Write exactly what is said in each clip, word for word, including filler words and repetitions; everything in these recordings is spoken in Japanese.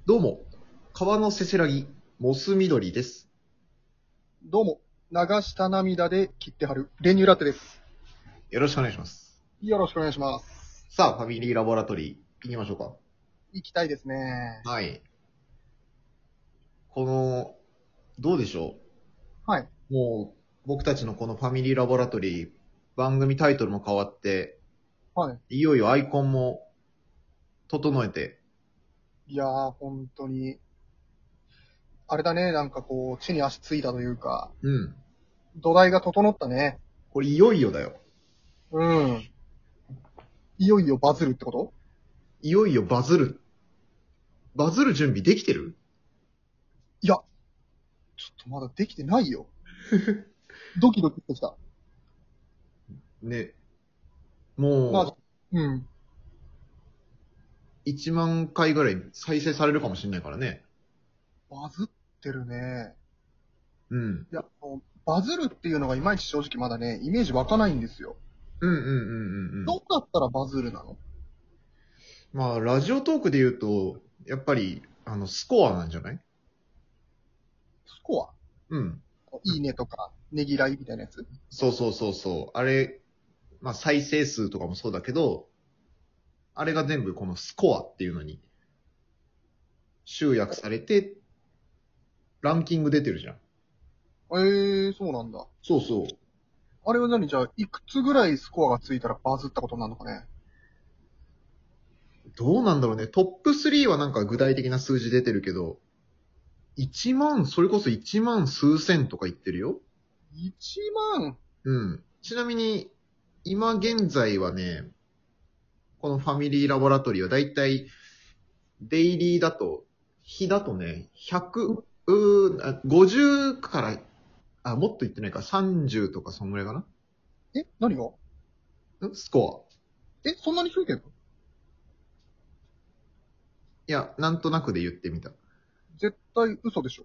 どうも、川のせせらぎ、モス緑です。 どうも、流した涙で切ってはる、練乳ラテです。 よろしくお願いします。 よろしくお願いします。 さあ、ファミリーラボラトリー、行きましょうか。 行きたいですね。 はい。この、どうでしょはい。 う。もう、僕たちのこのファミリーラボラトリー、番組タイトルも変わって、 はい。 いよいよアイコンも整えて、 いやー、本当に、あれだね、なんかこう、地に足ついたというか、 うん。 土台が整ったね。 これいよいよだよ。 うん。いよいよバズるってこと？ いよいよバズる。バズる準備できてる？ いや、ちょっとまだできてないよ。ドキドキしてきた。 ね。もう、 まあ、うん。 いちまんかいぐらい再生されるかもしれないからね。 バズってるね。 うん。 いや、もうバズるっていうのがいまいち正直まだね、イメージ湧かないんですよ。 うんうんうんうんうん。 どうだったらバズるなの？ まあ、ラジオトークで言うと、やっぱり、あの、スコアなんじゃない？ スコア？ うん。 いいねとか、ねぎらいみたいなやつ？ そうそうそうそう。あれ、まあ、再生数とかもそうだけど、あれが全部このスコアっていうのに集約されて、ランキング出てるじゃん。 ええー、そうなんだ。 そうそう。 あれは何じゃあ、いくつぐらいスコアがついたらバズったことになるのかね？ どうなんだろうね。トップスリーはなんか具体的な数字出てるけど、いちまん、それこそいちまん数千とか言ってるよ。 いちまん。 うん。ちなみに、今現在はね、このファミリーラボラトリーはだいたいデイリーだと、日だとね、ひゃく、うーあごじゅうから、あ、もっと言ってないか、さんじゅうとかそんぐらいかなえ、何が？ んスコア。 え、そんなについてんの？ いや、なんとなくで言ってみた。 絶対嘘でしょ。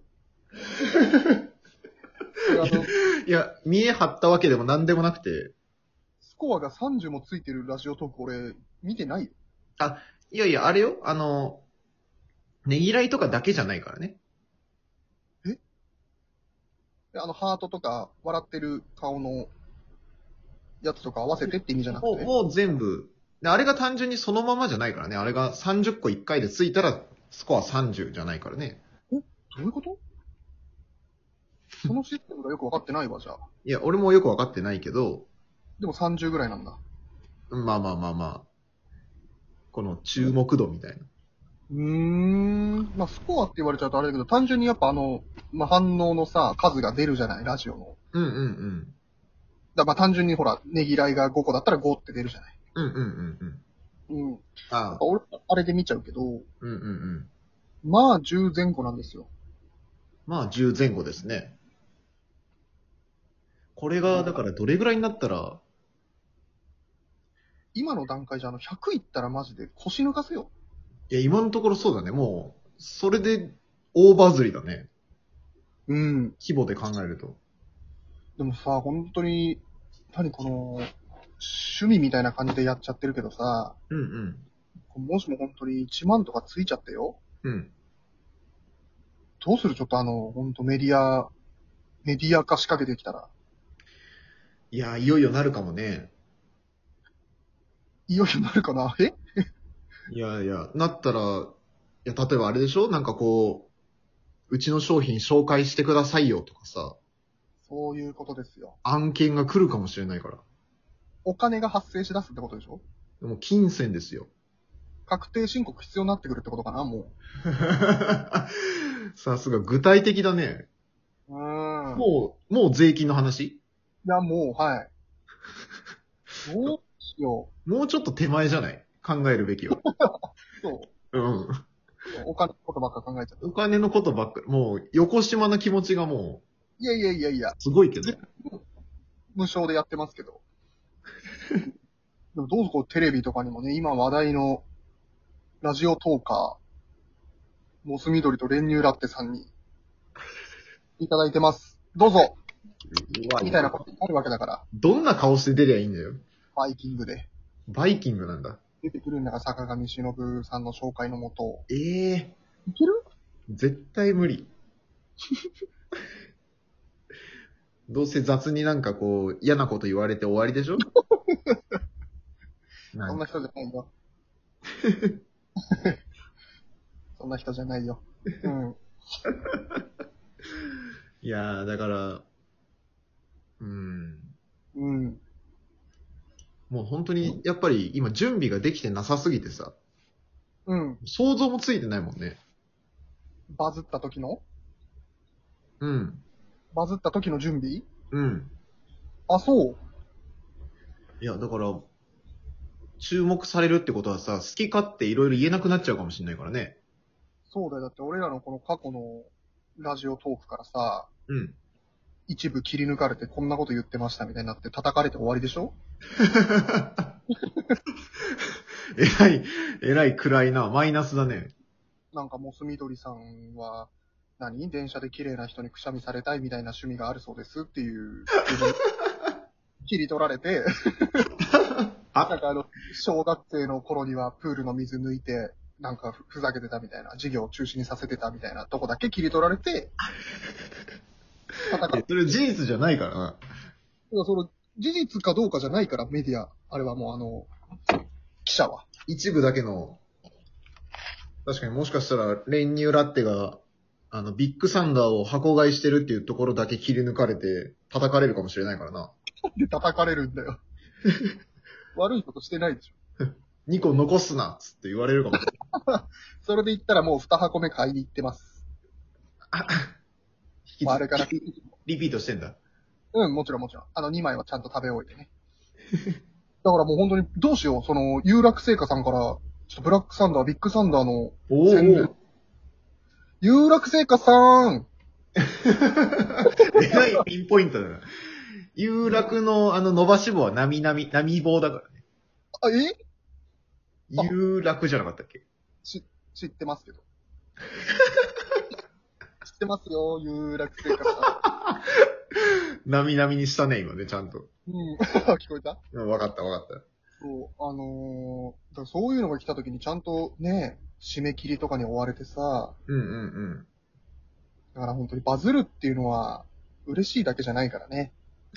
俺あの、 いや、見え張ったわけでもなんでもなくて、 スコアがさんじゅうもついてるラジオトーク俺、見てないよ。 あ、いやいや、あれよ、あの、ねぎらいとかだけじゃないからね。 えあの、ハートとか、笑ってる顔のやつとか合わせてって意味じゃなくもう、 て？ もう全部。であれが単純にそのままじゃないからね。あれがさんじゅっこいっかいでついたら、スコアさんじゅうじゃないからね。 え、どういうこと？そのシステムがよくわかってないわ、じゃあ。 いや、俺もよくわかってないけど、 でもさんじゅうぐらいなんだ。 まあまあまあまあ、この注目度みたいな。 うーん。まあ、スコアって言われちゃうとあれだけど、単純にやっぱあの、まあ、反応のさ、数が出るじゃない、ラジオの。 うんうんうん。 だまあ単純にほら、ねぎらいがごこだったらごって出るじゃない。 うんうんうんうん。 うん。 ああ、 俺、あれで見ちゃうけど、 うんうんうん。 まあじゅう前後なんですよ。 まあじゅう前後ですね。これが、だからどれぐらいになったら、 今の段階じゃあの、ひゃくいったらマジで腰抜かせよ。 いや、今のところそうだね。もう、それで、大バズりだね。 うん。 規模で考えると。 でもさ、本当に、何この、趣味みたいな感じでやっちゃってるけどさ、 うんもしも本当にいちまんとかついちゃってよ。 うん。うん。 どうする？ちょっとあの、本当メディア、メディア化仕掛けてきたら。 いや、いよいよなるかもね。 いよいよなるかな？えいやいや、なったら、いや、例えばあれでしょなんかこう、うちの商品紹介してくださいよとかさ、 そういうことですよ。 案件が来るかもしれないから。 お金が発生し出すってことでしょ？ でも金銭ですよ。 確定申告必要になってくるってことかな、もさすが具体的だね。 う。うーん。 もう、もう税金の話？ いや、もう、はい。どうしよもうちょっと手前じゃない？考えるべきは。 う。そうん。 う。お金のことばっか考えちゃった。 お金のことばっかり、もう、横島な気持ちがもいやいやいやいや、 う、すごいけど。 無償でやってますけど。でもどうぞこうテレビとかにもね、今話題のラジオトーカー、モス緑と練乳ラッテさんにいただいてます。どうぞうわみたいなことになるわけだから。 どんな顔して出りゃいいんだよ。 バイキングで。 バイキングなんだ。 出てくるんだから坂上忍さんの紹介のもと。 ええいける？ 絶対無理。どうせ雑になんかこう、嫌なこと言われて終わりでしょ？なそんなんか。 人じゃないよ。そんな人じゃないよ。うん。 いやー、だから、うん。 うん。 もう本当に、やっぱり今準備ができてなさすぎてさ、 うん。 想像もついてないもんね。 バズった時のうん。 バズった時の準備？ うん。 あ、そう。 いや、だから、注目されるってことはさ、好き勝手いろいろ言えなくなっちゃうかもしれないからね。 そうだよ。だって俺らのこの過去のラジオトークからさ、 うん。 一部切り抜かれてこんなこと言ってましたみたいになって叩かれて終わりでしょ？ えらい、えらい暗いな。マイナスだね。 なんかモスみどりさんは、何電車で綺麗な人にくしゃみされたいみたいな趣味があるそうですっていう、切り取られて、なんあ、 かあの、小学生の頃にはプールの水抜いて、なんかふふざけてたみたいな、授業を中止にさせてたみたいなとこだけ切り取られて、叩かえそれ事実じゃないからな。 いや、その、事実かどうかじゃないから、メディア。あれはもうあの、記者は。 一部だけの、確かにもしかしたら練乳ラッテが、あの、ビッグサンダーを箱買いしてるっていうところだけ切り抜かれて、叩かれるかもしれないからな。 で叩かれるんだよ。悪いことしてないでしょ。 にこ残すなっつって言われるかもしれない。 それで言ったらもうに箱目買いに行ってます。 引きまあ、あれから。 リピートしてんだ。 うん、もちろんもちろん。あのにまいはちゃんと食べ終えてね。だからもう本当に、どうしよう。その、有楽製菓さんから、ちょっとブラックサンダー、ビッグサンダーのお宣伝。有楽製菓さんえらいピンポイントだな。有楽のあの伸ばし棒は波波、波棒だからね。 あ、え有楽じゃなかったっけ？ 知ってますけど。知ってますよ、有楽製菓さ波々にしたね、今ね、ちゃんと。 ん。うん。聞こえた？ うん、わかったわかった。 そう、あのー、だからそういうのが来た時にちゃんとね、締め切りとかに追われてさ、 うんうんうん。 だから本当にバズるっていうのは嬉しいだけじゃないからね。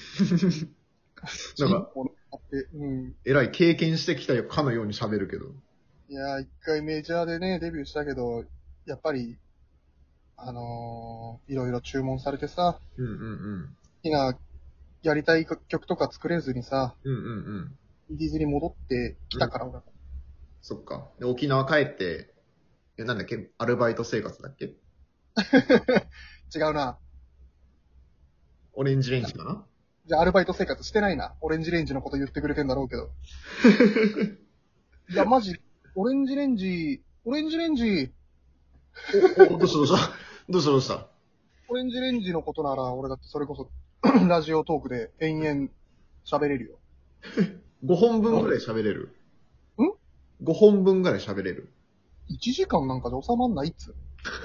なんか、 あって、うん。 えらい経験してきたよかのように喋るけど。 いやー、一回メジャーでね、デビューしたけど、やっぱり、あのー、いろいろ注文されてさ、 うんうんうん。 好きな、やりたい曲とか作れずにさ、 うんうんうん。 インディーズに戻ってきたから、俺。 そっか。で、沖縄帰って、え、なんだっけ、アルバイト生活だっけ？ 違うな。 オレンジレンジかな？ じゃあ、アルバイト生活してないな。オレンジレンジのこと言ってくれてんだろうけど。いや、マジ、オレンジレンジ、オレンジレンジ、 お、お、どうしたどうしたどうしたどうした？ オレンジレンジのことなら、俺だってそれこそ、ラジオトークで延々喋れるよ。 ごほんぶんぐらい喋れる。 ん ?ご 本分ぐらい喋れる。 いちじかんなんかで収まんないっつう。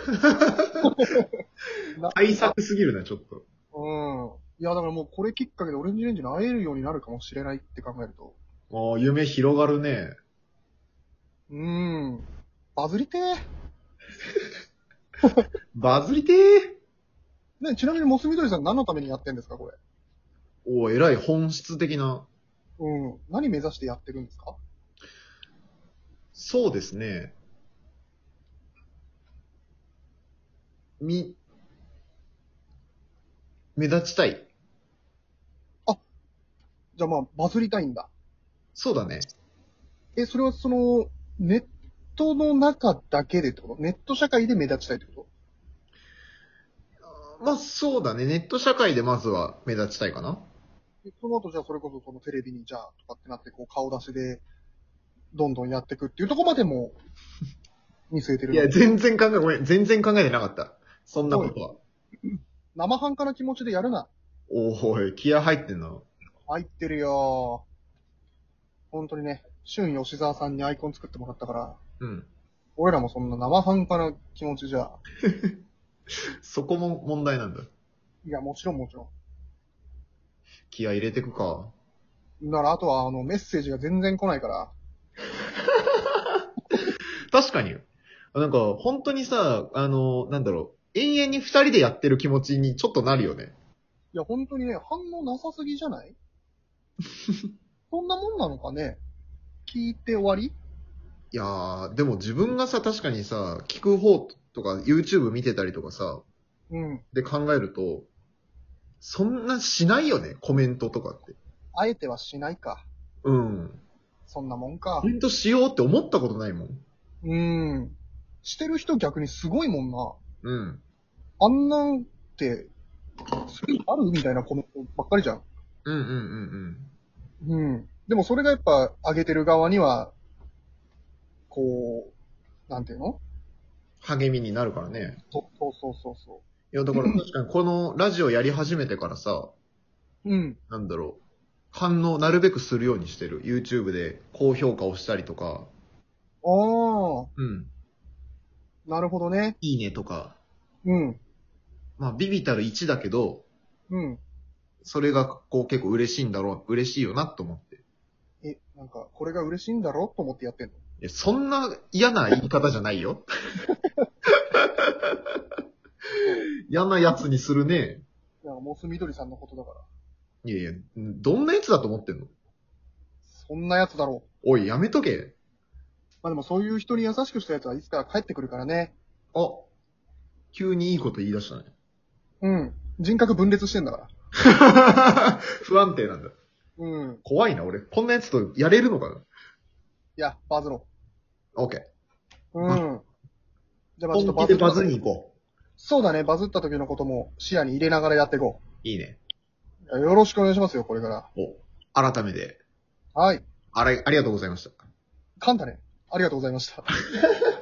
な対策すぎるな、ちょっと。 うん。いや、だからもうこれきっかけでオレンジレンジに会えるようになるかもしれないって考えると。 ああ、夢広がるね。 うーん。バズりてー。 バズりてー。 ね、ちなみにモスみどりさん何のためにやってんですか、これ。 おー、えらい本質的な。 うん。何目指してやってるんですか？ そうですね。み、目立ちたい。 じゃあまあ、バズりたいんだ。 そうだね。 え、それはその、ネットの中だけでってこと？ネット社会で目立ちたいってこまあそうだね。ネット社会でまずは目立ちたいかな。 と？その後じゃあそれこそそのテレビにじゃあとかってなってこう顔出しでどんどんやっていくっていうところまでも見据えてるの？ いや、全然考え、ごめん、全然考えてなかった。そんなことは。 生半可な気持ちでやるな。 おーい、気合入ってんな。 入ってるよー。本当にね、俊吉沢さんにアイコン作ってもらったから、 うん。 俺らもそんな生半可な気持ちじゃ、 そこも問題なんだ。 いや、もちろんもちろ気合入れてくか。 ん。だからあとはあのメッセージが全然来ないから、 確かに。 なんか、本当にさ、あの、なんだろう、永遠に二人でやってる気持ちにちょっとなるよね。 いや、本当にね、反応なさすぎじゃないそんなもんなのかね。聞いて終わり。 いやー、でも自分がさ、確かにさ、聞く方とか YouTube 見てたりとかさ、 うん。 で考えると、そんなしないよね、コメントとかって。 あえてはしないか。 うん。 そんなもんかコ。メントしようって思ったことないもん。 うん。してる人逆にすごいもんな。 うん。 あんなんて、それあるみたいなコメントばっかりじゃん。 うんうんうんうん。でもそれがやっぱ上げてる側には、こう、なんていうの。 励みになるからね。 そうそうそうそうそいや、だから確かにこのラジオやり始めてからさ、 う。うん。 なんだろう。反応なるべくするようにしてる。YouTube で高評価をしたりとか、 ああ、 うん。 なるほどね。 いいねとか。 うん。 まあ、ビビたるいちだけど、 うん。 それがこう結構嬉しいんだろう、嬉しいよなと思って。 え、なんか、これが嬉しいんだろと思ってやってんの。 いや、そんな嫌な言い方じゃないよ。嫌なやつにするね。 いや、モスみどりさんのことだから。 いやいや、どんなやつだと思ってんの？ そんなやつだろおい、やめとけ。 う。まあでもそういう人に優しくしたやつはいつか帰ってくるからね。 あ、急にいいこと言い出したね。 うん。人格分裂してんだから。 不安定なんだ。 うん。い怖いな、俺。こんなやつとやれるのかな？ や、バズろオッケー。 う。うん。じゃあまあちょっと本気でバズったりに行こそうだね、バズった時のことも視野に入れながらやっていこう。いいね。 う。いやよろしくお願いしますよ、これから。 お、改めて。 はい。 あれ、ありがとうございました。 カンタね。ありがとうございました。